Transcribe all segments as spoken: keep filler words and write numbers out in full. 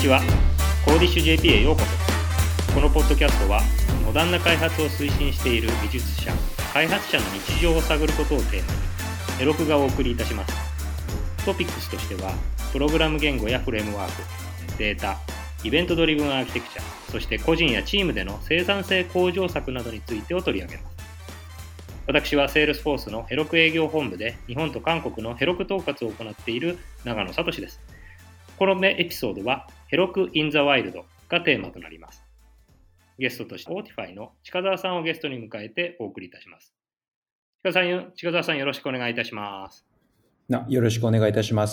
ちは。コーディッシュ ジェーピー へようこそ。このポッドキャストはモダンな開発を推進している技術者、開発者の日常を探ることをテーマにヘロクがお送りいたします。トピックスとしてはプログラム言語やフレームワーク、データ、イベントドリブンアーキテクチャ、そして個人やチームでの生産性向上策などについてを取り上げます。私は Salesforce のヘロク営業本部で日本と韓国のヘロク統括を行っている長野聡です。このエピソードはヘロク in the Wild がテーマとなります。ゲストとして Autify の近澤さんをゲストに迎えてお送りいたします。近澤さん、近澤さんよろしくお願いいたします。 なよろしくお願いいたします。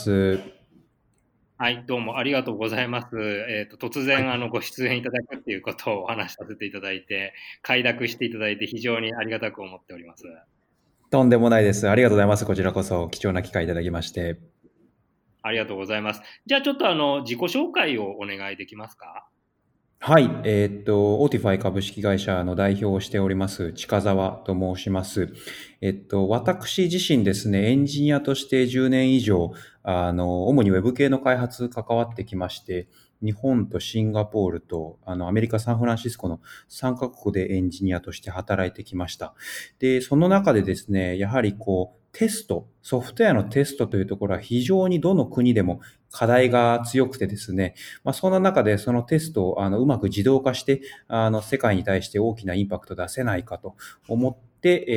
はい、どうもありがとうございます。えーと、突然、はい、あのご出演いただくっていうことをお話しさせていただいて、快諾していただいて非常にありがたく思っております。 とんでもないです。ありがとうございます。こちらこそ貴重な機会いただきまして。 ありがとうございます。じゃあちょっとあの自己紹介をお願いできますか？ はい、えーっと、Autify 株式会社の代表をしております、近澤と申します。えっと、私自身ですね、エンジニアとしてじゅうねん以上、あの、主に Web 系の開発関わってきまして、日本とシンガポールと、あの、アメリカ・サンフランシスコのさんカ国でエンジニアとして働いてきました。で、その中でですね、やはりこう、テスト、ソフトウェアのテストというところは非常にどの国でも課題が強くてですね、まあ、そんな中でそのテストをあのうまく自動化して、あの世界に対して大きなインパクト出せないかと思って、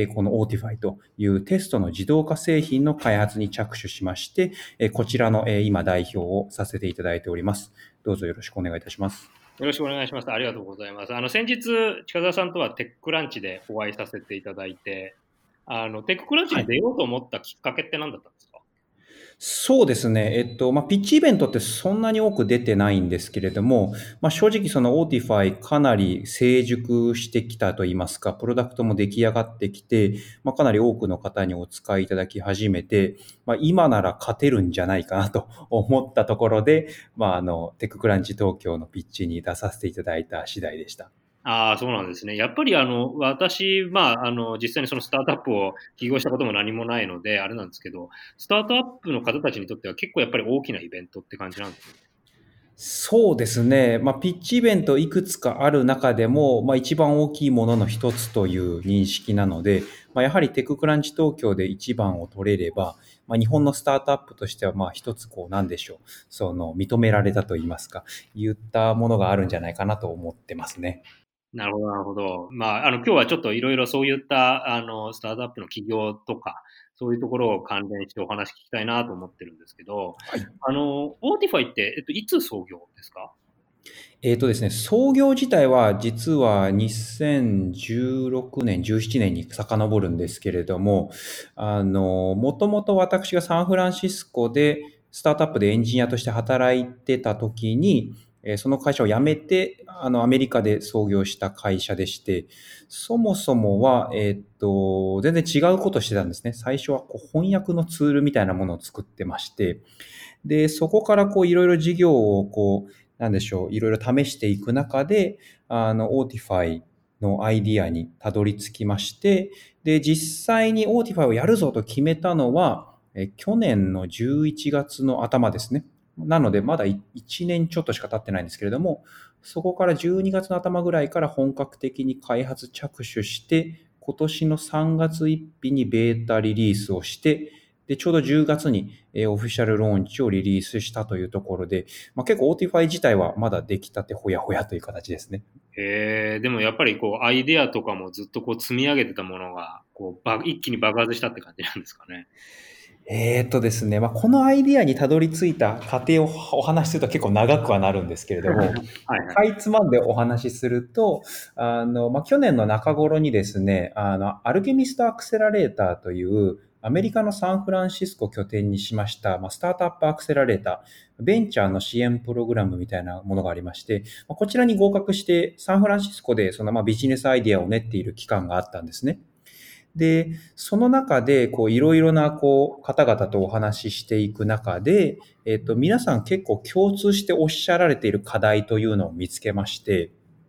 この Autify というテストの自動化製品の開発に着手しまして、こちらの今代表をさせていただいております。どうぞよろしくお願いいたします。 よろしくお願いします。ありがとうございます。あの先日、近澤さんとはテックランチでお会いさせていただいて、あのテックランチに出ようと思ったきっかけって何だったんですか？はい、 そうですね。えっと、まあ、ピッチイベントってそんなに多く出てないんですけれども、まあ、正直その Autify かなり成熟してきたといいますか、プロダクトも出来上がってきて、まあ、かなり多くの方にお使いいただき始めて、まあ、今なら勝てるんじゃないかなと思ったところで、まあ、あの、テッククランチ東京のピッチに出させていただいた次第でした。 ああ、そうなんですね。やっぱりあの、私、まあ、あの、実際にそのスタートアップを起業したことも何もないので、あれなんですけど、スタートアップの方たちにとっては結構やっぱり大きなイベントって感じなんですね。 そうですね。まあ、ピッチイベントいくつかある中でも、まあ、一番大きいものの一つという認識なので、まあ、やはりテッククランチ東京で一番を取れれば、まあ、日本のスタートアップとしては、まあ、一つこう、なんでしょう。その、認められたと言いますか、言ったものがあるんじゃないかなと思ってますね。 なるほど、なるほど。まあ、あの、今日はちょっといろいろそういった、あの、スタートアップの企業とか、そういうところを関連してお話聞きたいなと思ってるんですけど、 はい。 あの、オーティファイって、えっと、いつ創業ですか？ えっとですね、創業自体は実はにせんじゅうろくねん、じゅうななねんに遡るんですけれども、あの、もともと私がサンフランシスコでスタートアップでエンジニアとして働いてた時に、えーその会社を辞めて、あの、アメリカで創業した会社でして、そもそもは、えっと、全然違うことしてたんですね。最初はこう翻訳のツールみたいなものを作ってまして、で、そこからこういろいろ事業をこう、なんでしょう、いろいろ試していく中で、あの、Autify のアイディアにたどり着きまして、で、実際に Autify をやるぞと決めたのは、え去年のじゅういちがつの頭ですね。なので、まだいちねんちょっとしか経ってないんですけれども、そこからじゅうにがつの頭ぐらいから本格的に開発着手して、今年のさんがつついたちにベータリリースをして、で、ちょうどじゅうがつに、えーオフィシャルローンチをリリースしたというところで、まあ、結構 Autify 自体はまだ出来たてほやほやという形ですね。 へえ、でもやっぱりこう、アイデアとかもずっとこう積み上げてたものが、こう、ば一気に爆発したって感じなんですかね。 えーっとですね、まあ、このアイディアにたどり着いた過程をお話しすると結構長くはなるんですけれども、 はいはい。 かいつまんでお話しすると、あの、まあ、去年の中頃にですね、あの、アルケミストアクセラレーターというアメリカのサンフランシスコを拠点にしました、まあ、スタートアップアクセラレーター、ベンチャーの支援プログラムみたいなものがありまして、まあこちらに合格してサンフランシスコでそのまあビジネスアイディアを練っている期間があったんですね。で、その中で、こう、いろいろな、こう、方々とお話ししていく中で、えっと、皆さん結構共通しておっしゃられている課題というのを見つけまして、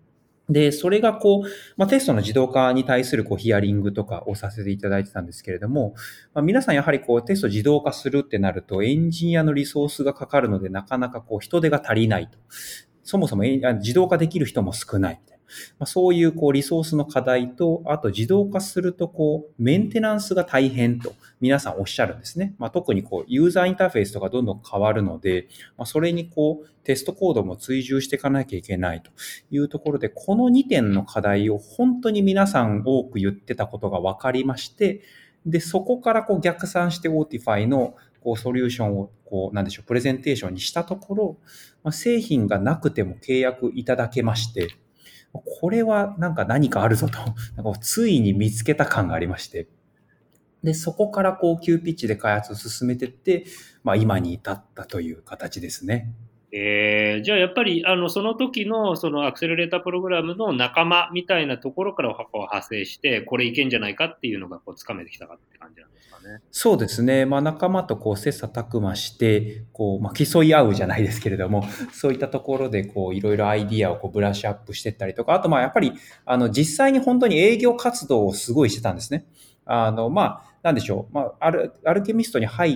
で、それがこう、まあ、テストの自動化に対するこうヒアリングとかをさせていただいてたんですけれども、まあ、皆さんやはりこうテスト自動化するってなるとエンジニアのリソースがかかるのでなかなかこう人手が足りないと。そもそも自動化できる人も少ないみたいな。まあ、そういうこうリソースの課題と、あと自動化するとこうメンテナンスが大変と皆さんおっしゃるんですね。まあ、特にこうユーザーインターフェースとかどんどん変わるので、まあ、それにこうテストコードも追従していかなきゃいけないというところで、このにてんの課題を本当に皆さん多く言ってたことが分かりまして、で、そこからこう逆算して Autify のこうソリューションをこうなんでしょう、プレゼンテーションにしたところ、まあ、製品がなくても契約いただけまして、これはなんか何かあるぞと、なんかついに見つけた感がありまして、で、そこからこう急ピッチで開発を進めていって、まあ今に至ったという形ですね。 えー、じゃあやっぱりあのその時のそのアクセラレータープログラムの仲間みたいなところからこう派生して、これいけんじゃないかっていうのがこうつかめてきたかって感じなんですかね。 そうですね。まあ仲間とこう切磋琢磨して、こう、まあ競い合うじゃないですけれども、そういったところでこういろいろアイディアをこうブラッシュアップしていったりとか、あとまあやっぱりあの実際に本当に営業活動をすごいしてたんですね。あのまあなんでしょう。まあアルアルケミストに入って、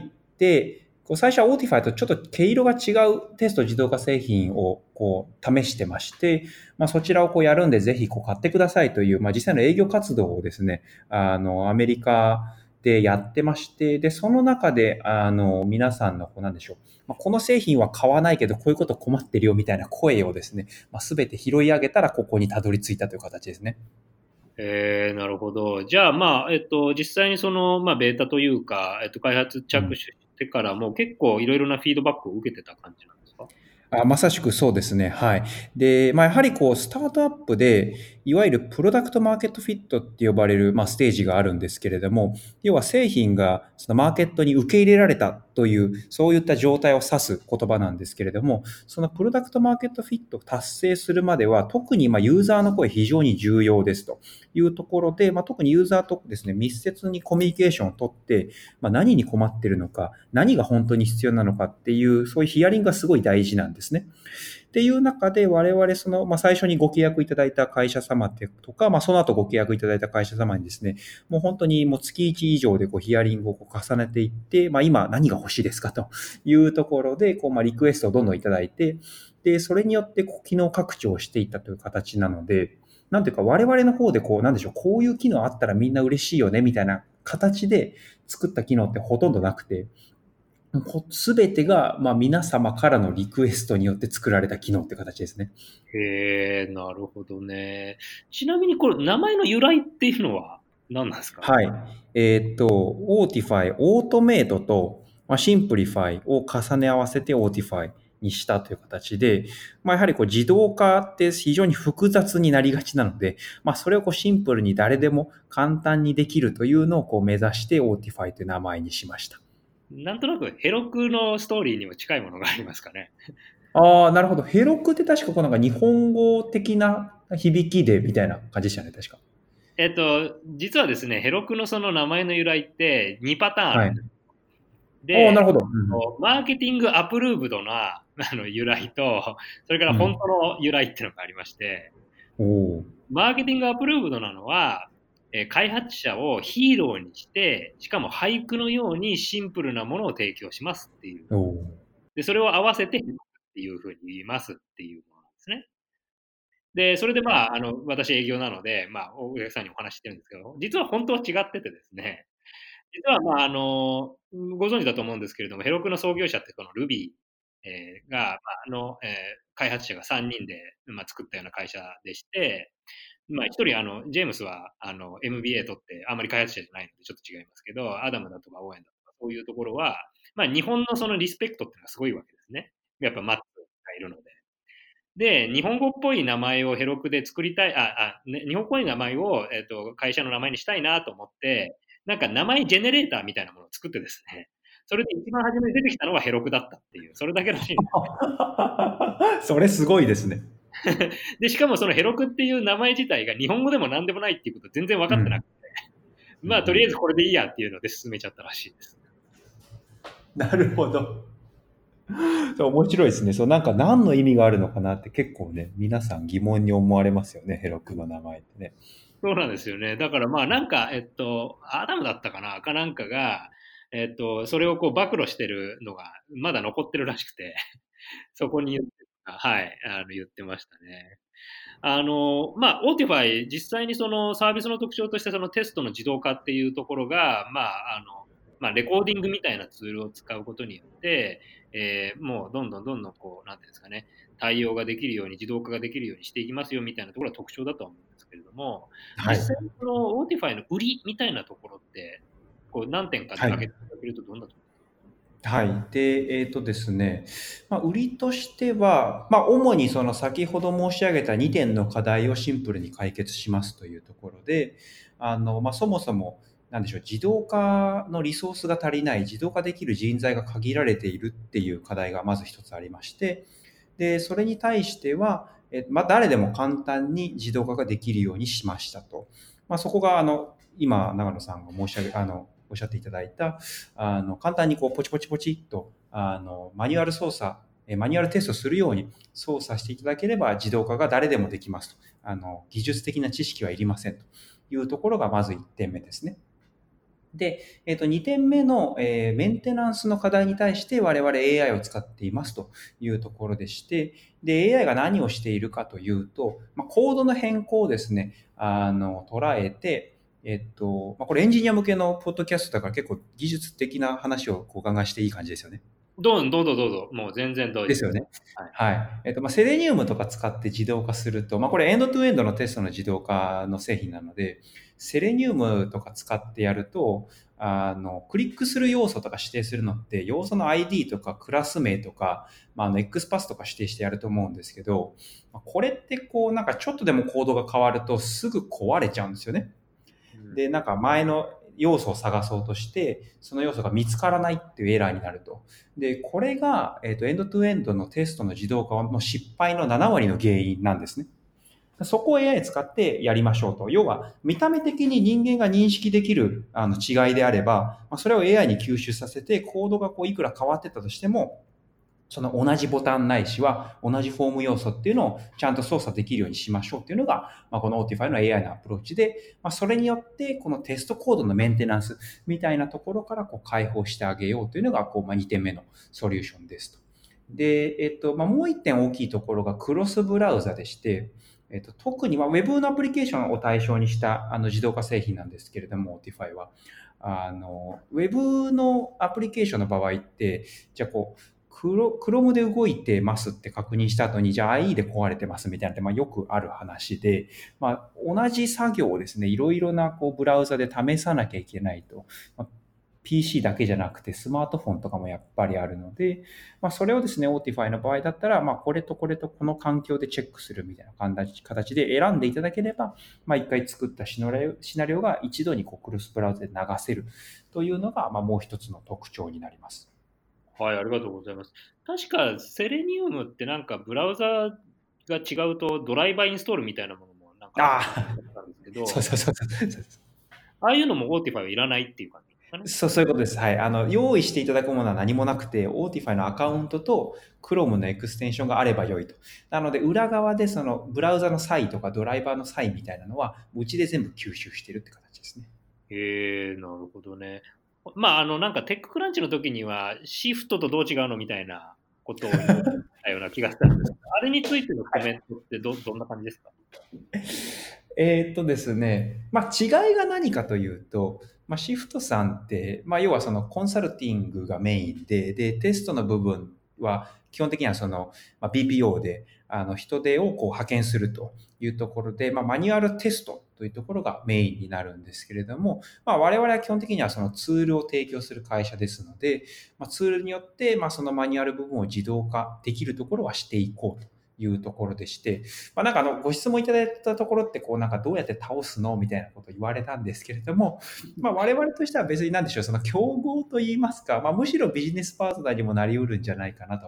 こう最初は Autify とちょっと毛色が違うテスト自動化製品をこう試してまして、まあ、そちらをこうやるんでぜひこう買ってくださいという、まあ、実際の営業活動をですね、あのアメリカでやってまして、で、その中で、あの、皆さんの、こうなんでしょう。まあ、この製品は買わないけど、こういうこと困ってるよみたいな声をですね、まあ、すべて拾い上げたら、ここにたどり着いたという形ですね。 えー、なるほど。じゃあ、まあ、えっと、実際にその、まあ、ベータというか、えっと、開発着手してからも結構いろいろなフィードバックを受けてた感じなんですか？ あ、まさしくそうですね。はい。で、まあ、やはりこう、スタートアップで、いわゆるプロダクトマーケットフィットって呼ばれる、まあ、ステージがあるんですけれども、要は製品がそのマーケットに受け入れられたという、そういった状態を指す言葉なんですけれども、そのプロダクトマーケットフィットを達成するまでは、特にまあユーザーの声非常に重要ですというところで、まあ、特にユーザーとですね、密接にコミュニケーションをとって、まあ、何に困っているのか、何が本当に必要なのかっていう、そういうヒアリングがすごい大事なんですね。っていう中で、我々、その、まあ、最初にご契約いただいた会社様とか、まあ、その後ご契約いただいた会社様にですね、もう本当にもう月いち以上でこうヒアリングをこう重ねていって、まあ、今何が欲しいですかというところで、こう、まあ、リクエストをどんどんいただいて、で、それによってこう機能拡張をしていったという形なので、なんていうか、我々の方でこう、なんでしょう、こういう機能あったらみんな嬉しいよね、みたいな形で作った機能ってほとんどなくて、すべてが、まあ、皆様からのリクエストによって作られた機能って形ですね。 へえ、なるほどね。ちなみにこれ、名前の由来っていうのは何なんですか？ はい。えーっと、Autify、オートメイトと、まあ、シンプリファイを重ね合わせて Autify にしたという形で、まあ、やはりこう自動化って非常に複雑になりがちなので、まあ、それをこうシンプルに誰でも簡単にできるというのをこう目指して Autify という名前にしました。 なんとなくヘロクのストーリーにも近いものがありますかね。 ああ、なるほど。ヘロクって確かこうなんか日本語的な響きでみたいな感じでしたね、確か。 えっと、実はですね、ヘロクのその名前の由来ってにパターンあはい。 るんです。 おお、なで、 るほど。うんマーケティングアプルーブドなあの由来と、それからうん。 本当の由来っていうのがありまして、 うん、おお。 マーケティングアプルーブドなのは、えー開発者をヒーローにして、しかも俳句のようにシンプルなものを提供しますっていう。 おお。 で、それを合わせてっていうふうに言いますっていうものなんですね。で、それでまあ、あの、私営業なので、まあ、お客さんにお話ししてるんですけど、実は本当は違っててですね、実はまあ、あの、ご存知だと思うんですけれども、ヘロクの創業者ってこの Ruby、えーが、まあ、あの、えー開発者がさんにんで、まあ、作ったような会社でして、まあ、一人、あの、ジェームスは、あの、エムビーエー 取って、あんまり開発者じゃないので、ちょっと違いますけど、アダムだとかオーエンだとか、そういうところは、まあ、日本のそのリスペクトっていうのがすごいわけですね。やっぱマッツがいるので。で、日本語っぽい名前をヘロクで作りたい、あ、あ、ね、日本っぽい名前を、えっと、会社の名前にしたいなと思って、なんか名前ジェネレーターみたいなものを作ってですね、それで一番初めに出てきたのはヘロクだったっていう、それだけらしいんですそれすごいですね。 ね。で、しかもそのヘロクっていう名前自体が日本語でも何でもないっていうこと全然分かってなくて、 うん。 まあとりあえずこれでいいやっていうので進めちゃったらしいです。 なるほど。 そう面白いですね。そう、なんか何の意味があるのかなって結構ね、皆さん疑問に思われますよね、ヘロクの名前ってね。 そうなんですよね。だからまあなんか、えっと、アダムだったかなかなんかが、えっと、それをこう暴露してるのがまだ残ってるらしくて、そこに言ってた、はい、あの言ってましたね。あの、まあ、オーティファイ、実際にそのサービスの特徴としてそのテストの自動化っていうところが、まあ、あの、まあ、レコーディングみたいなツールを使うことによって、えーもうどんどんどんどんこう、なんていうんですかね、対応ができるように、自動化ができるようにしていきますよみたいなところが特徴だとは思うんですけれども、 はい。 実際にそのオーティファイの売りみたいなところって、こう何点かではい。 挙げていただけるとどんなとこはい。で、えっとですね、まあ、売りとしては、まあ、主にその先ほど申し上げたにてんの課題をシンプルに解決しますというところで、あの、まあ、そもそも、なんでしょう、自動化のリソースが足りない、自動化できる人材が限られているっていう課題がまず一つありまして、で、それに対しては、えまあ、誰でも簡単に自動化ができるようにしましたと。まあ、そこが、あの、今、長野さんが申し上げ、あの、おっしゃっていただいた、あの、簡単にこう、ポチポチポチっと、あの、マニュアル操作、えマニュアルテストするように操作していただければ自動化が誰でもできますと。あの、技術的な知識はいりませんというところがまずいってんめですね。で、えっと、にてんめの、えーメンテナンスの課題に対して我々 エーアイ を使っていますというところでして、で、エーアイ が何をしているかというと、まあ、コードの変更をですね、あの、捉えて、えっと、まあ、これエンジニア向けのポッドキャストだから結構技術的な話をこう考えしていい感じですよね。 ろどうぞどうぞどうぞ、もう全然どうぞ。 ですよね。 はい。 はい。えっと、まあ、セレニウムとか使って自動化すると、まあ、これエンドトゥエンドのテストの自動化の製品なので、セレニウムとか使ってやると、あの、クリックする要素とか指定するのって、要素の アイディー とかクラス名とか、まあ、あの、X パスとか指定してやると思うんですけど、まあこれってこう、なんかちょっとでもコードが変わるとすぐ壊れちゃうんですよね。 うん。 で、なんか前の要素を探そうとして、その要素が見つからないっていうエラーになると。で、これが、えっと、エンドトゥエンドのテストの自動化の失敗のなな割の原因なんですね。そこを エーアイ 使ってやりましょうと。要は、見た目的に人間が認識できるあの違いであれば、それを エーアイ に吸収させて、コードがこういくら変わってたとしても、その同じボタンないしは同じフォーム要素っていうのをちゃんと操作できるようにしましょうっていうのが、まあ、この Autify の エーアイ のアプローチで、まあ、それによってこのテストコードのメンテナンスみたいなところからこう解放してあげようというのがこう、まあ、にてんめのソリューションですと。で、えっと、まあ、もういってん大きいところがクロスブラウザでして、えっと、特に、まあ、Web のアプリケーションを対象にしたあの自動化製品なんですけれども、Autify は。あの、Web のアプリケーションの場合って、じゃあこう、クロ、クロムで動いてますって確認した後に、じゃあ アイイー で壊れてますみたいなって、まあよくある話で、まあ同じ作業をですね、いろいろなこうブラウザで試さなきゃいけないと。まあ ピーシー だけじゃなくてスマートフォンとかもやっぱりあるので、まあそれをですね、Autify の場合だったら、まあこれとこれとこの環境でチェックするみたいな形で選んでいただければ、まあ一回作ったシナリオシナリオが一度にこうクロスブラウザで流せるというのが、まあもう一つの特徴になります。 はい、ありがとうございます。確か、セレニウムってなんかブラウザが違うとドライバーインストールみたいなものもなんかあるって聞いああ、 たんですけそうど、 そうそうそうそう。 ああいうのも Autify はいらないっていう感じですかね。 そう、そういうことです。はい。あの、用意していただくものは何もなくて、Autify のアカウントと Chrome のエクステンションがあれば良いと。なので、裏側でそのブラウザの際とかドライバーの際みたいなのは、うちで全部吸収してるって形ですね。 へえ、なるほどね。まあ、あの、なんかテッククランチの時には、シフトとどう違うのみたいなことを言ったような気がしたんですけど、あれについてのコメントってど、どんな感じですか？ えーっとですね、まあ、違いが何かというと、まあ、シフトさんって、まあ、要はそのコンサルティングがメインで、で、テストの部分は基本的にはその、まあ、ビーピーオー で、あの、人手をこう派遣するというところで、まあ、マニュアルテストというところがメインになるんですけれども、まあ、我々は基本的にはそのツールを提供する会社ですので、まあ、ツールによって、まあ、そのマニュアル部分を自動化できるところはしていこうというところでして、まあ、なんかあのご質問いただいたところってこうなんかどうやって倒すのみたいなことを言われたんですけれども、まあ、我々としては別に何でしょう、その競合といいますか、まあ、むしろビジネスパートナーにもなりうるんじゃないかなと思っ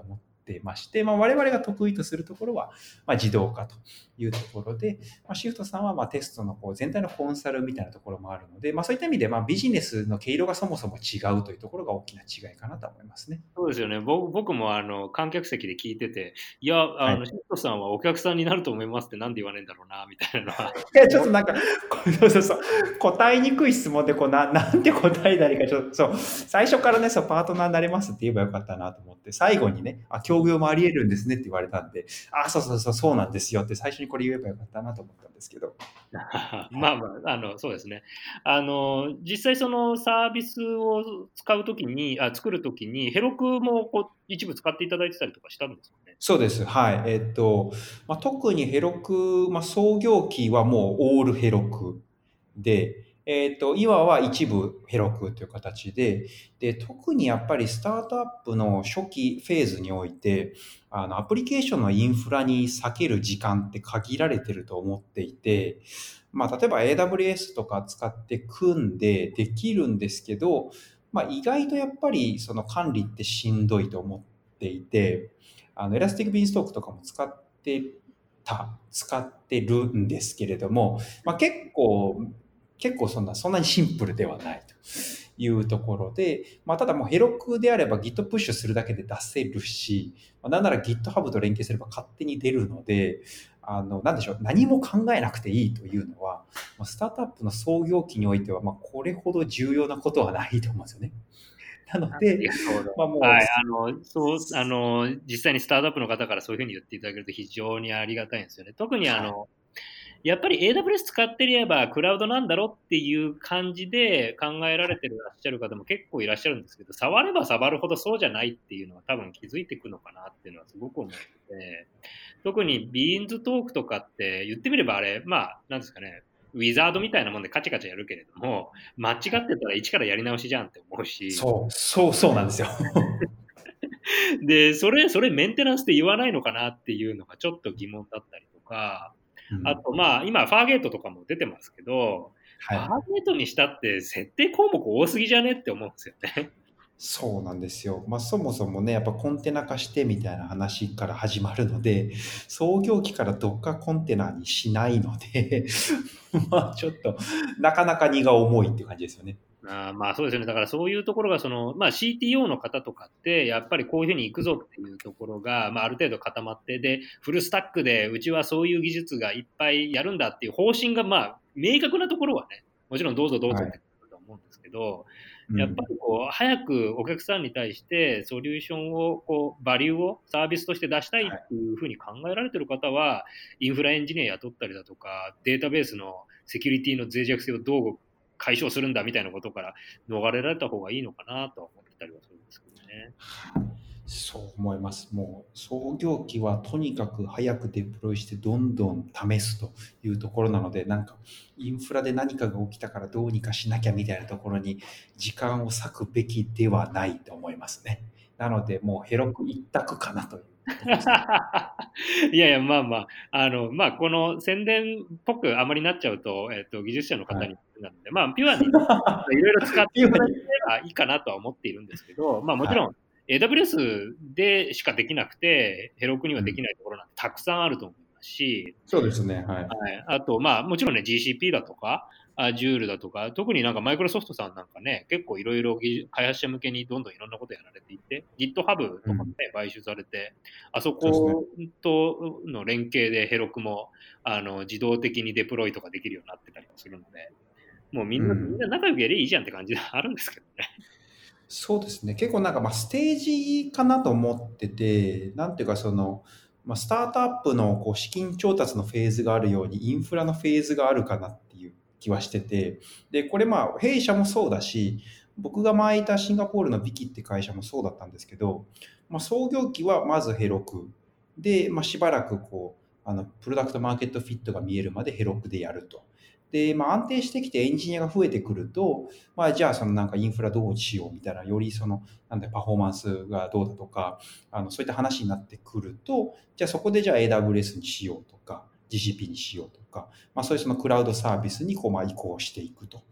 ってまして、まあ、我々が得意とするところは、まあ、自動化というところで、まあ、シフトさんはまあテストのこう全体のコンサルみたいなところもあるので、まあ、そういった意味でまあビジネスの毛色がそもそも違うというところが大きな違いかなと思いますね。 そうですよね。ぼ僕もあの観客席で聞いてて、いや、あの、 はい。 シフトさんはお客さんになると思いますってなんで言わねえんだろうな、みたいなのは。 いや、ちょっとなんか、そうそうそう、答えにくい質問で、こうな、なんて答えたらいいか、ちょっと、そう、最初からね、そう、パートナーになれますって言えばよかったなと思って、最後にね、あ、協業もあり得るんですねって言われたんで、あ、そうそうそう、そうなんですよって最初にこれ言えばよかったなと思ったんですけど。はい。 まあまあ、あの、そうですね。あの、実際そのサービスを使うときに、あ、作るときに、ヘロクもこう一部使っていただいてたりとかしたんですかね？ そうです。はい。えっと、まあ、特にヘロク、まあ、創業期はもうオールヘロクで、えっと、今は一部ヘロクという形で、で、特にやっぱりスタートアップの初期フェーズにおいて、あの、アプリケーションのインフラに避ける時間って限られてると思っていて、まあ、例えば エーダブリューエス とか使って組んでできるんですけど、まあ、意外とやっぱりその管理ってしんどいと思っていて、あの、エラスティックビーンストークとかも使ってた、使ってるんですけれども、まあ、結構、結構そんな、そんなにシンプルではないというところで、まあ、ただもうヘロクであれば Git プッシュするだけで出せるし、まあ、なんなら GitHub と連携すれば勝手に出るので、あの、なんでしょう、何も考えなくていいというのは、まあスタートアップの創業期においては、まあ、これほど重要なことはないと思うんですよね。なのあで、 りがとうございます。 まあもう、 はい、あの、そう、あの、実際にスタートアップの方からそういう風に言っていただけると非常にありがたいんですよね。特にあはい。 の、やっぱり エーダブリューエス 使ってればクラウドなんだろっていう感じで考えられてらっしゃる方も結構いらっしゃるんですけど、触れば触るほどそうじゃないっていうのは多分気づいていくのかなっていうのはすごく思って、特にビーンズトークとかって言ってみればあれ、まあ、なんですかね、ウィザードみたいなもんでカチャカチャやるけれども、間違ってたら一からやり直しじゃんって思うし、 そう、そう、そうなんですよ。 で、それ、それメンテナンスって言わないのかなっていうのがちょっと疑問だったりとか、 うん。 あと、まあ、今、ファーゲートとかも出てますけど、ファーはい。 ゲートにしたって設定項目多すぎじゃねって思うんですよね。 そうなんですよ。まあ、そもそもね、やっぱコンテナ化してみたいな話から始まるので、創業期からどっかコンテナにしないので、まあ、ちょっと、なかなか荷が重いっていう感じですよね。 あーまあそうですよね。だからそういうところがその、まあ、シーティーオー の方とかって、やっぱりこういうふうに行くぞっていうところが、まあ、ある程度固まって、で、フルスタックでうちはそういう技術がいっぱいやるんだっていう方針が、まあ、明確なところはね、もちろんどうぞどうぞはい。 ってことだと思うんですけど、やっぱうん。 りこう、早くお客さんに対してソリューションを、こう、バリューをサービスとして出したいはい。 っていうふうに考えられてる方は、インフラエンジニア雇ったりだとか、データベースのセキュリティの脆弱性をどう解消するんだみたいなことから逃れられた方がいいのかなとは思ってたりはするんですけどね。 そう思います。もう創業期はとにかく早くデプロイしてどんどん試すというところなので、なんかインフラで何かが起きたからどうにかしなきゃみたいなところに時間を割くべきではないと思いますね。なので、もうヘロク一択かなというところですね。 いやいや、まあまあ、あの、まあ、この宣伝っぽくあまりなっちゃうと、えっと、技術者の方にはい。 なので、まあ、ピュアにね、いろいろ使っていただけピュアに。 ればいいかなとは思っているんですけど、まあ、もちはい。 ろん エーダブリューエス でしかできなくて、ヘロクにはできうん。 ないところなんてたくさんあると思いますし、 そうですね。はい。 はい。あと、まあ、もちろんね、ジーシーピー だとか、Azure だとか、特になんかマイクロソフトさんなんかね、結構いろいろ開発者向けにどんどんいろんなことやられていて、GitHub うん。 とかもね、買収されて、あそそうですね。 ことの連携でヘロクも、あの、自動的にデプロイとかできるようになってたりもするので、もうみんな、みんうん。 な仲良くやりゃいいじゃんって感じであるんですけどね。 そうですね。結構なんかまあステージかなと思ってて、なんていうかその、まあ、スタートアップのこう資金調達のフェーズがあるように、インフラのフェーズがあるかなっていう気はしてて、で、これまあ弊社もそうだし、僕が前いたシンガポールのビキって会社もそうだったんですけど、まあ、創業期はまずヘロク。で、まあ、しばらくこう、あの、プロダクトマーケットフィットが見えるまでヘロクでやると。で、まあ、安定してきてエンジニアが増えてくると、まあ、じゃあ、そのなんかインフラどうしようみたいな、よりその、なんだパフォーマンスがどうだとか、あの、そういった話になってくると、じゃあそこでじゃあ エーダブリューエス にしようとか、ジーシーピー にしようとか、まあ、そういうそのクラウドサービスにこう、まあ、移行していくと。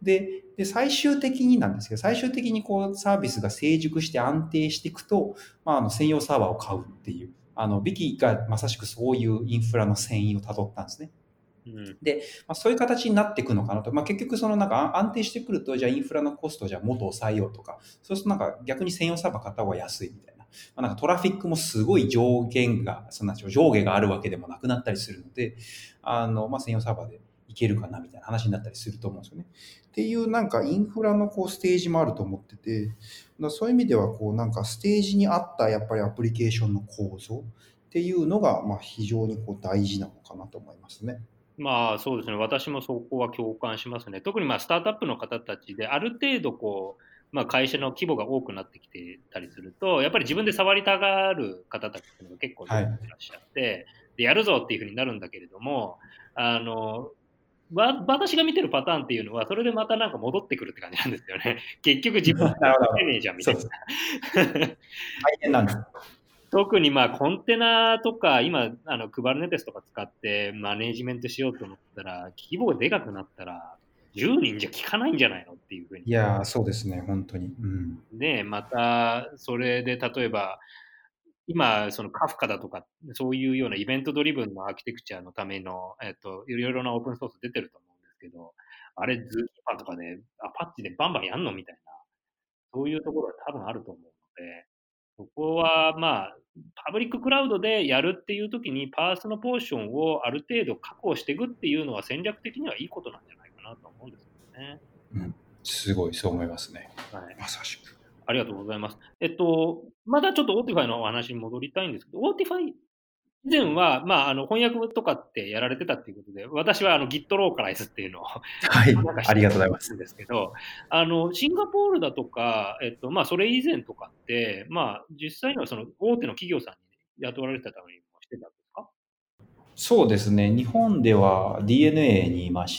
で、で最終的になんですけど、最終的にこうサービスが成熟して安定していくと、まあ、あの専用サーバーを買うっていう、あの、ビキがまさしくそういうインフラの遷移をたどったんですね。 うん、 で、まあ、そういう形になっていくのかなと。まあ、結局そのなんか安定してくると、じゃあインフラのコストをじゃあ元抑えようとか、そうするとなんか逆に専用サーバー買った方が安いみたいな。まあ、なんかトラフィックもすごい上限が、そんな上下があるわけでもなくなったりするので、あの、まあ、専用サーバーでいけるかなみたいな話になったりすると思うんですよね。っていうなんかインフラのこうステージもあると思ってて、だそういう意味ではこうなんかステージに合ったやっぱりアプリケーションの構造っていうのがまあ非常にこう大事なのかなと思いますね。 まあそうですね、私もそこは共感しますね。特にまあスタートアップの方たちで、ある程度こう、まあ、会社の規模が多くなってきてたりすると、やっぱり自分で触りたがる方たちっていうのが結構出てはい。 いらっしゃって、でやるぞっていうふうになるんだけれども、あの、わ私が見てるパターンっていうのは、それでまたなんか戻ってくるって感じなんですよね。結局自分でなるほど。 てねえじゃんみたいそうです。 な。 大変なんです。 特にまあコンテナとか、今、あの、Kubernetes とか使ってマネージメントしようと思ったら、規模がでかくなったら、じゅうにんじゃ効かないんじゃないのっていうふうに。 いやー、そうですね、本当に。うん。 で、また、それで例えば、今、そのカフカだとか、そういうようなイベントドリブンのアーキテクチャのための、えっと、いろいろなオープンソース出てると思うんですけど、あれ、ズーキーパーとかで、アパッチでバンバンやんのみたいな、そういうところは多分あると思うので、そこはまあ、パブリッククラウドでやるっていう時に、パースのポーションをある程度確保していくっていうのは戦略的にはいいことなんじゃないかなと思うんですけどね。 うん。すごい、そう思いますね。 はい。 まさしく。 ありがとうございます。えっと、まだちょっとオーティファイのお話に戻りたいんですけど、オーティファイ以前は、まあ、あの、翻訳とかってやられてたっていうことで、私はあの Git ローカライズっていうのをはい、 なんかしてありがとうございます。 るんですけど、あの、シンガポールだとか、えっと、まあ、それ以前とかって、まあ、実際にはその大手の企業さんに雇われてたためにもしてたんですか？ そうですね、日本では ディーエヌエー にいまして、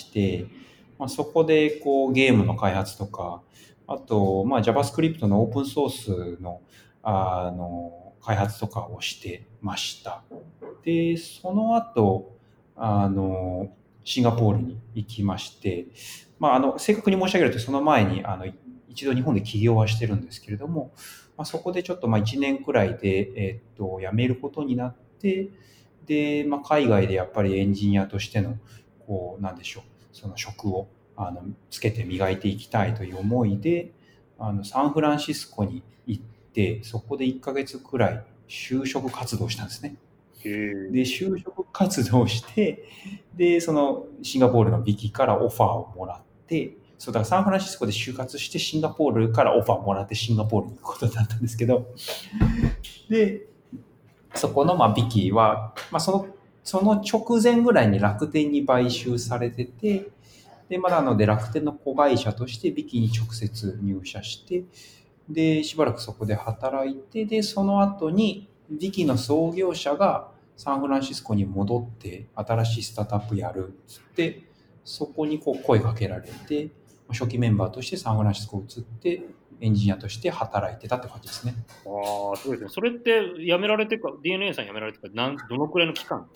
まあ、そこでこうゲームの開発とか、あと、まあ、JavaScript のオープンソースの、あの開発とかをしてました。で、その後、あの、シンガポールに行きまして、まあ、あの、正確に申し上げると、その前に、あの、一度日本で起業はしてるんですけれども、まあ、そこでちょっとまあいちねんくらいで、えっと、辞めることになって、で、まあ、海外でやっぱりエンジニアとしての、こう、なんでしょう、その職を、あの、つけて磨いていきたいという思いで、あの、サンフランシスコに行って、そこでいっかげつくらい就職活動したんですね。 へえ。 で、就職活動して、で、そのシンガポールのビキからオファーをもらって、そうだからサンフランシスコで就活してシンガポールからオファーをもらってシンガポールに行くことだったんですけど、で、そこのまあビキは、まあ、その、その直前ぐらいに楽天に買収されてて、で、まだなので楽天の子会社としてビキに直接入社して、で、しばらくそこで働いて、で、その後にビキの創業者がサンフランシスコに戻って新しいスタートアップやるっつって、そこにこう声かけられて、初期メンバーとしてサンフランシスコ移って、エンジニアとして働いてたって感じですね。 ああ、すごいですね。それって辞められてか、ディーエヌエー さん辞められてから、なんどのくらいの期間？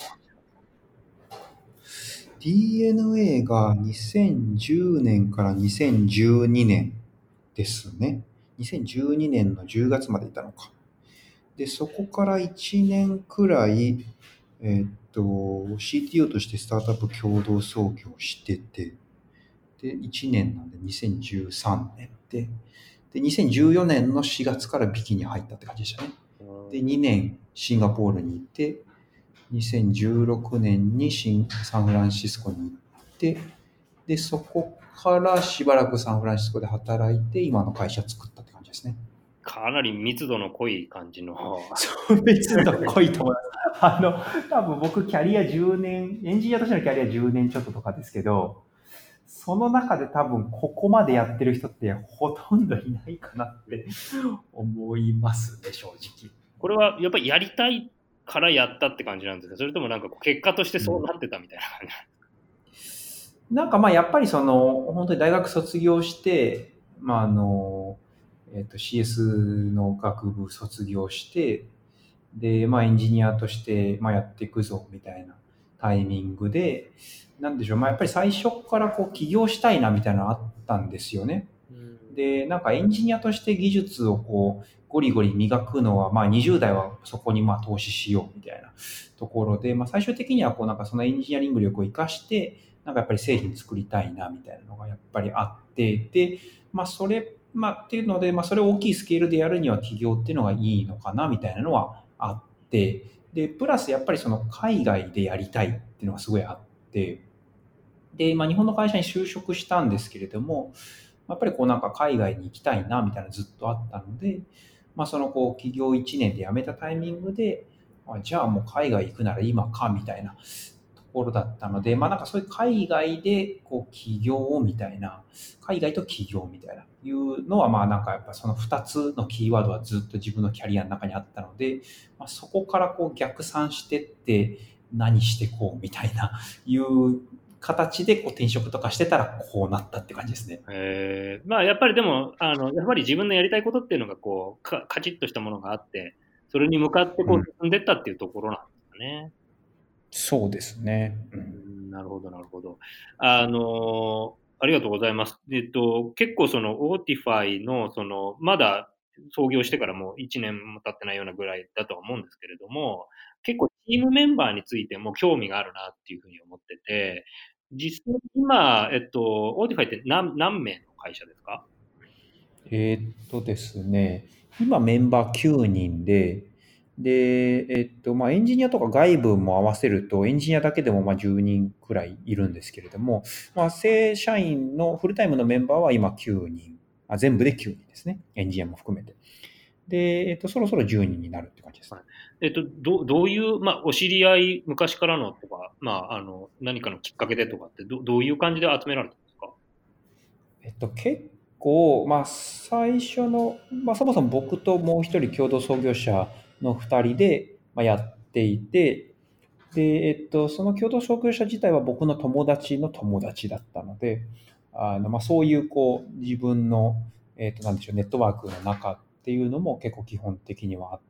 ディーエヌエー がにせんじゅうねんからにせんじゅうにねんですね。にせんじゅうにねんのじゅうがつまでいたのか。で、そこからいちねんくらい、えーっと、シーティーオー としてスタートアップ共同創業してて、で、いちねんなんでにせんじゅうさんねんで、で、にせんじゅうよねんのしがつからビキに入ったって感じでしたね。で、にねんシンガポールに行って、にせんじゅうろくねんにシンサンフランシスコに行って、で、そこからしばらくサンフランシスコで働いて、今の会社作ったって感じですね。 かなり密度の濃い感じの。 そう、密度濃いと思います。あの、多分僕キャリアじゅうねん、エンジニアとしてのキャリアじゅうねんちょっととかですけど、その中で多分ここまでやってる人ってほとんどいないかなって思いますね、正直。 これはやっぱりやりたいからやったって感じなんですか？それともなんかこう結果としてそうなってたみたいな感じ？ なんかまあやっぱりその本当に大学卒業して、まああの、えっと シーエス の学部卒業して、で、まあエンジニアとしてまあやっていくぞみたいなタイミングで、なんでしょう、まあ、やっぱり最初からこう起業したいなみたいなのあったんですよね。で、なんかエンジニアとして技術をこうゴリゴリ磨くのは、まあにじゅう代はそこにまあ投資しようみたいなところで、まあ最終的にはこうなんかそのエンジニアリング力を活かして、なんかやっぱり製品作りたいなみたいなのがやっぱりあって、で、まあそれ、まあっていうので、まあそれを大きいスケールでやるには起業っていうのがいいのかなみたいなのはあって、で、プラスやっぱりその海外でやりたいっていうのがすごいあって、で、まあ日本の会社に就職したんですけれども、やっぱりこうなんか海外に行きたいなみたいなずっとあったので、まあそのこう起業いちねんで辞めたタイミングで、あじゃあもう海外行くなら今かみたいなところだったので、まあなんかそういう海外でこう起業みたいな、海外と起業みたいないうのはまあなんかやっぱそのふたつのキーワードはずっと自分のキャリアの中にあったので、まあ、そこからこう逆算してって何してこうみたいないう形でこう転職とかしてたらこうなったって感じですね。 えー、まあやっぱりでも、あの、やっぱり自分のやりたいことっていうのがこう、かカチッとしたものがあって、それに向かってこううん進んでったっていうところなんですかね。 そうですね。ううんん、なるほどなるほど。あの、ありがとうございます。えっと、結構そのオーティファイのその、まだ創業してからもういちねんも経ってないようなぐらいだとは思うんですけれども、結構チームメンバーについても興味があるなっていうふうに思ってて、実際今、えっと、オーティファイって何何名の会社ですか？ えーっとですね、今メンバーきゅうにんで、で、えっと、まあ、エンジニアとか外部も合わせると、エンジニアだけでもまあじゅうにんくらいいるんですけれども、まあ、正社員のフルタイムのメンバーは今きゅうにん、あ、全部できゅうにんですね。エンジニアも含めて。で、えっと、そろそろじゅうにんになるって感じです。 はい。えっと、どどういう、まあ、お知り合い、昔からのとか、まあ、あの、何かのきっかけでとかって、どどういう感じで集められたんですか？ えっと、結構、まあ、最初の、まあ、そもそも僕ともう一人共同創業者の二人で、まあ、やっていて、で、えっと、その共同創業者自体は僕の友達の友達だったので、あの、まあ、そういう、こう、自分の、えっと、なんでしょう、ネットワークの中っていうのも結構基本的にはあって、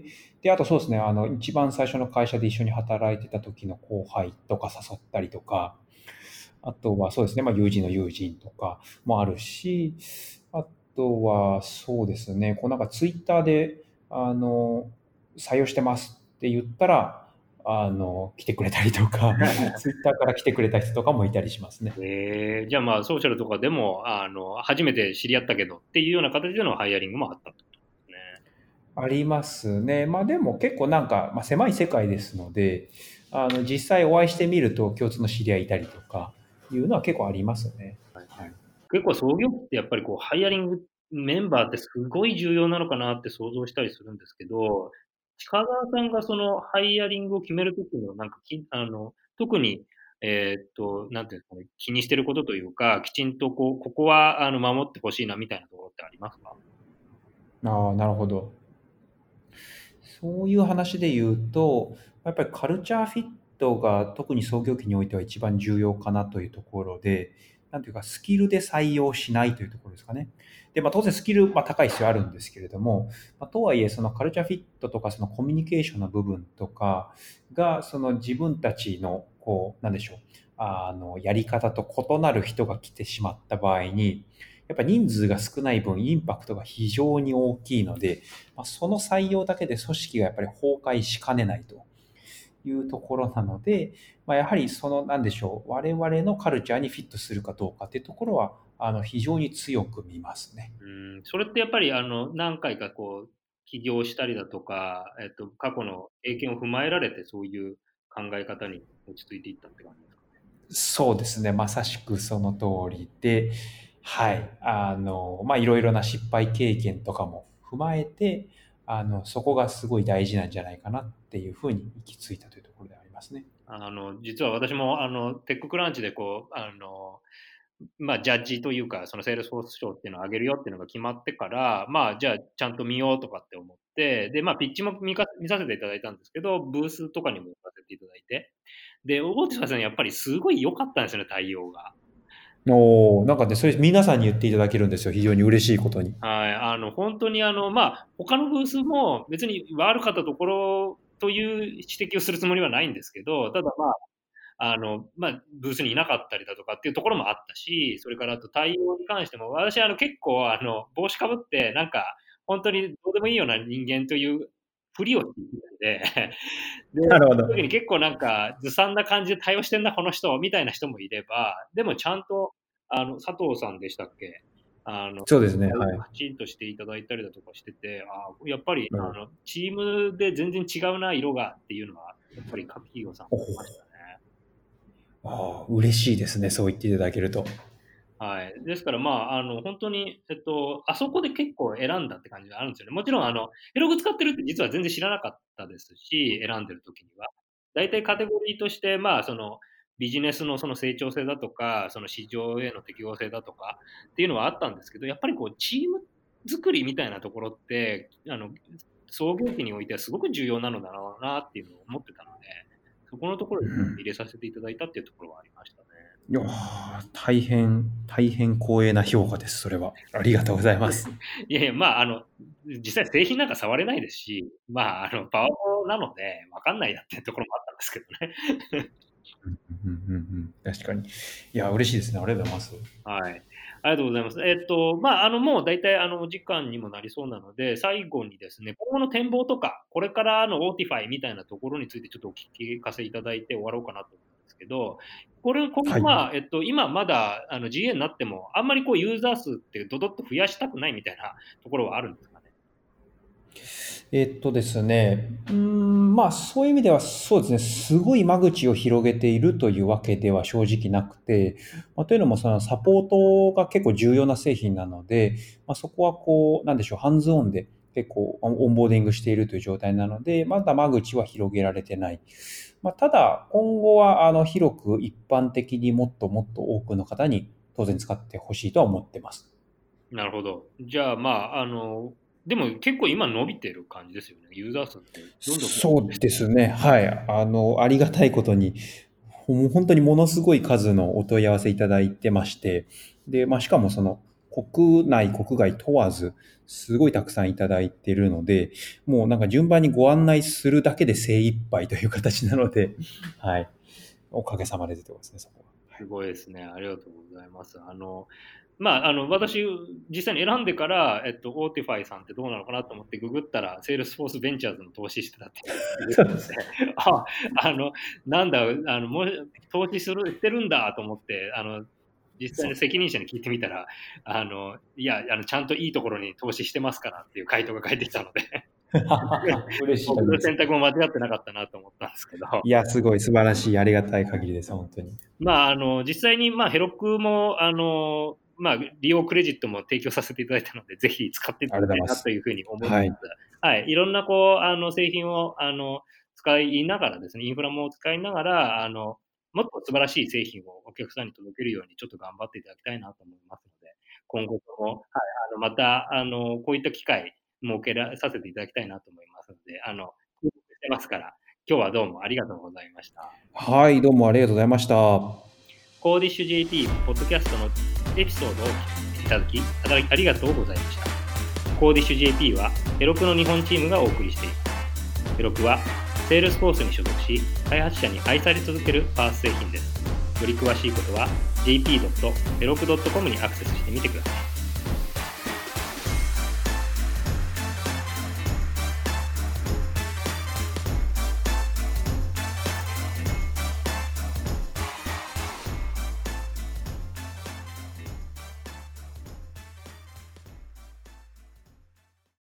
で、あとそうですね、あの、一番最初の会社で一緒に働いてた時の後輩とか誘ったりとか、あとはそうですね、まあ、友人の友人とかもあるし、あとはそうですね、こうなんかツイッターで、あの、採用してますって言ったら、あの、来てくれたりとか、ツイッターから来てくれた人とかもいたりしますね。 えー、じゃあまあ、ソーシャルとかでも、あの、初めて知り合ったけどっていうような形でのハイアリングもあったってことですね。 ありますね。まあでも結構なんか、まあ、狭い世界ですので、あの、実際お会いしてみると共通の知り合いいたりとかいうのは結構ありますね。 はい。 はい。 結構創業ってやっぱりこう、ハイアリングメンバーってすごい重要なのかなって想像したりするんですけど、近澤さんがそのハイアリングを決めるときのなんかきあの、特に、えーっと、なんていうんですかね、気にしてることというか、きちんとこう、ここはあの、守ってほしいなみたいなところってありますか？ ああ、なるほど。そういう話で言うと、やっぱりカルチャーフィットが特に創業期においては一番重要かなというところで、なんていうかスキルで採用しないというところですかね。で、まあ当然スキル、まあ高い必要あるんですけれども、まあ、とはいえそのカルチャーフィットとかそのコミュニケーションの部分とかが、その自分たちのこう、なんでしょう、あの、やり方と異なる人が来てしまった場合に、やっぱ人数が少ない分インパクトが非常に大きいので、まあ、その採用だけで組織がやっぱり崩壊しかねないというところなので、まあ、やはりその、なんでしょう、我々のカルチャーにフィットするかどうかっていうところは、あの、非常に強く見ますね。 うん、それってやっぱりあの、何回かこう、起業したりだとか、えっと、過去の経験を踏まえられて、そういう考え方に落ち着いていったって感じですか？ そうですね。まさしくその通りで、はい。あの、まあ、いろいろな失敗経験とかも踏まえて、あの、そこがすごい大事なんじゃないかなっていうふうに行き着いたというところでありますね。 あの、実は私もあの、テッククランチでこう、あの、まあ、ジャッジというか、そのセールスフォース賞っていうのをあげるよっていうのが決まってから、まあ、じゃあちゃんと見ようとかって思って、で、まあ、ピッチも見か見させていただいたんですけど、ブースとかにも行かせていただいて、で、大手さんやっぱりすごい良かったんですよね、対応が。 おー、なんかね、それ皆さんに言っていただけるんですよ。非常に嬉しいことに。 はい、あの、本当にあの、まあ、他のブースも別に悪かったところという指摘をするつもりはないんですけど、ただまああの、まあ、ブースにいなかったりだとかっていうところもあったし、それからあと対応に関しても、私あの結構あの帽子かぶって、なんか本当にどうでもいいような人間というふりをしていたので、で、 なるほど。 その時に結構なんかずさんな感じで対応してんな、この人みたいな人もいれば、でもちゃんと、あの、佐藤さんでしたっけ？あの、 そうですね。はい。 きちんとしていただいたりだとかしてて、あやっぱり、 うんあの、チームで全然違うな、色がっていうのは、やっぱり各企業さんお思いましたね。 ああ、嬉しいですね。そう言っていただけると。 はい。ですから、まあ、あの、本当に、えっと、あそこで結構選んだって感じがあるんですよね。もちろん、あの、ヘログ使ってるって実は全然知らなかったですし、選んでる時には。大体カテゴリーとして、まあ、その、ビジネスのその成長性だとか、その市場への適合性だとかっていうのはあったんですけど、やっぱりこう、チーム作りみたいなところって、あの、創業期においてはすごく重要なのだろうなっていうのを思ってたので、そこのところに入れさせていただいたっていうところはありましたね。 いやー大変、大変光栄な評価です、それは。ありがとうございます。 いやいや、まあ、あの、実際製品なんか触れないですし、まあ、あの、パワポなので、わかんないやっていうところもあったんですけどね。 うんうんうんうん確かに。いや、嬉しいですね。ありがとうございます。 はい。ありがとうございます。えっと、まあ、あの、もう大体、あの、お時間にもなりそうなので、最後にですね、今後の展望とか、これからのオーティファイみたいなところについてちょっとお聞かせいただいて終わろうかなと思うんですけど、これ、今はい。 後は、えっと、今まだ、あの、ジーエー になっても、あんまりこう、ユーザー数ってドドッと増やしたくないみたいなところはあるんですかね。 えっとですね、うーん、まあそういう意味ではそうですね、すごい間口を広げているというわけでは正直なくて、まあ、というのもそのサポートが結構重要な製品なので、まあ、そこはこう、なんでしょう、ハンズオンで結構オンボーディングしているという状態なので、まだ間口は広げられてない。まあ、ただ、今後はあの広く一般的にもっともっと多くの方に当然使ってほしいとは思ってます。 なるほど。じゃあ、まあ、あの、でも結構今伸びてる感じですよね。ユーザー数ってどんどん増そえてる。 うですね。はい。あの、ありがたいことに、もう本当にものすごい数のお問い合わせいただいてまして、で、まあ、しかもその、国内、国外問わず、すごいたくさんいただいているので、もうなんか順番にご案内するだけで精一杯という形なので、はい。おかげさまで出てますね、そこは。 すごいですね。ありがとうございます。あの、まあ、あの、私、実際に選んでから、えっと、オーティファイさんってどうなのかなと思ってググったら、セールスフォースベンチャーズの投資してたっていうそうです。 あ、あの、なんだ、あの、もう、投資する、してるんだと思って、あの、実際そう。 に責任者に聞いてみたら、あの、いや、あの、ちゃんといいところに投資してますからっていう回答が返ってきたので、 嬉しい僕限りです。 の選択も間違ってなかったなと思ったんですけど、 いや、すごい素晴らしい、ありがたい限りです、本当に。 まあ、あの、実際に、まあ、ヘロクも、あの、まあ、利用クレジットも提供させていただいたので、ぜひ使っていただきたいなありがとうございます。 というふうに思います。 はい。 はい。いろんな、こう、あの、製品を、あの、使いながらですね、インフラも使いながら、あの、もっと素晴らしい製品をお客さんに届けるように、ちょっと頑張っていただきたいなと思いますので、今後とも、はい、あの、また、あの、こういった機会、設けらさせていただきたいなと思いますので、あの、してますから、今日はどうもありがとうございました。 はい、どうもありがとうございました。 コーディッシュ ジェーピー ポッドキャストのエピソードを聞いていただきありがとうございました。コーディッシュ ジェーピー はヘロクの日本チームがお送りしています。ヘロクはセールスフォースに所属し、開発者に愛され続けるパース製品です。より詳しいことは ジェーピードットヘロクドットコム にアクセスしてみてください。